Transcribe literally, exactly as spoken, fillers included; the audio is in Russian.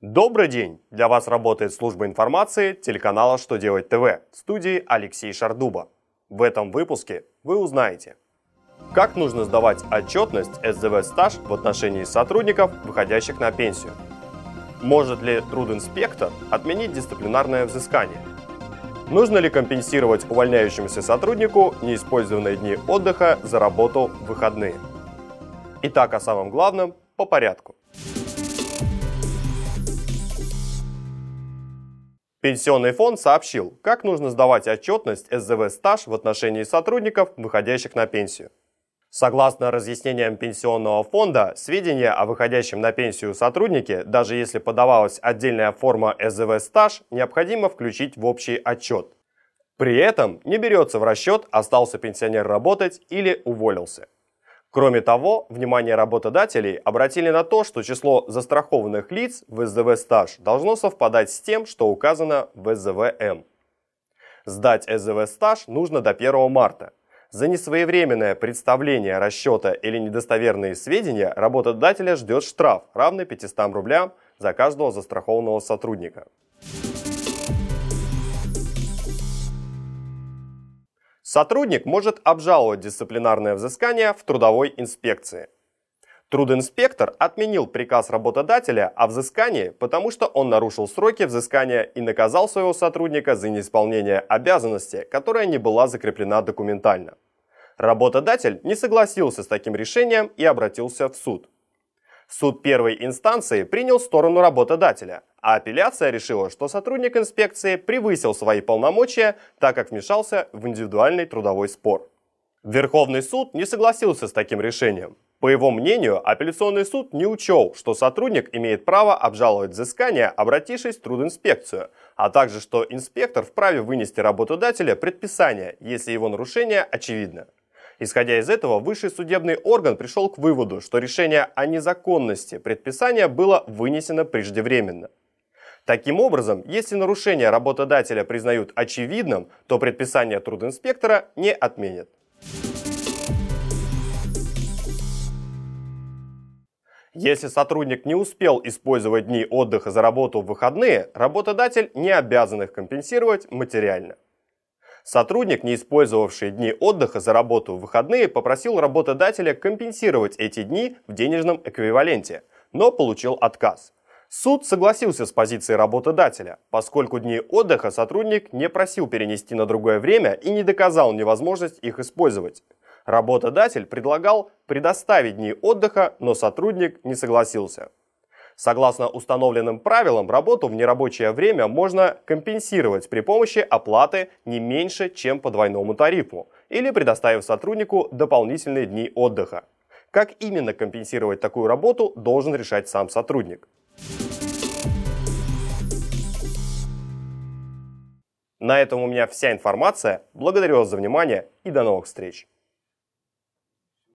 Добрый день! Для вас работает служба информации телеканала «Что делать ТВ» в студии Алексей Шардуба. В этом выпуске вы узнаете, как нужно сдавать отчетность эс зэ вэ стаж в отношении сотрудников, выходящих на пенсию. Может ли трудинспектор отменить дисциплинарное взыскание? Нужно ли компенсировать увольняющемуся сотруднику неиспользованные дни отдыха за работу в выходные? Итак, о самом главном по порядку. Пенсионный фонд сообщил, как нужно сдавать отчетность эс зэ вэ стаж в отношении сотрудников, выходящих на пенсию. Согласно разъяснениям Пенсионного фонда, сведения о выходящем на пенсию сотруднике, даже если подавалась отдельная форма эс зэ вэ стаж, необходимо включить в общий отчет. При этом не берется в расчет, остался пенсионер работать или уволился. Кроме того, внимание работодателей обратили на то, что число застрахованных лиц в эс зэ вэ стаж должно совпадать с тем, что указано в эс зэ вэ эм. Сдать эс зэ вэ стаж нужно до первого марта. За несвоевременное представление расчета или недостоверные сведения работодателя ждет штраф, равный пятистам рублям за каждого застрахованного сотрудника. Сотрудник может обжаловать дисциплинарное взыскание в трудовой инспекции. Трудинспектор отменил приказ работодателя о взыскании, потому что он нарушил сроки взыскания и наказал своего сотрудника за неисполнение обязанности, которая не была закреплена документально. Работодатель не согласился с таким решением и обратился в суд. Суд первой инстанции принял сторону работодателя, а апелляция решила, что сотрудник инспекции превысил свои полномочия, так как вмешался в индивидуальный трудовой спор. Верховный суд не согласился с таким решением. По его мнению, апелляционный суд не учел, что сотрудник имеет право обжаловать взыскание, обратившись в трудинспекцию, а также что инспектор вправе вынести работодателя предписание, если его нарушение очевидно. Исходя из этого, высший судебный орган пришел к выводу, что решение о незаконности предписания было вынесено преждевременно. Таким образом, если нарушение работодателя признают очевидным, то предписание трудинспектора не отменят. Если сотрудник не успел использовать дни отдыха за работу в выходные, работодатель не обязан их компенсировать материально. Сотрудник, не использовавший дни отдыха за работу в выходные, попросил работодателя компенсировать эти дни в денежном эквиваленте, но получил отказ. Суд согласился с позицией работодателя, поскольку дни отдыха сотрудник не просил перенести на другое время и не доказал невозможность их использовать. Работодатель предлагал предоставить дни отдыха, но сотрудник не согласился. Согласно установленным правилам, работу в нерабочее время можно компенсировать при помощи оплаты не меньше, чем по двойному тарифу, или предоставив сотруднику дополнительные дни отдыха. Как именно компенсировать такую работу, должен решать сам сотрудник. На этом у меня вся информация. Благодарю вас за внимание и до новых встреч!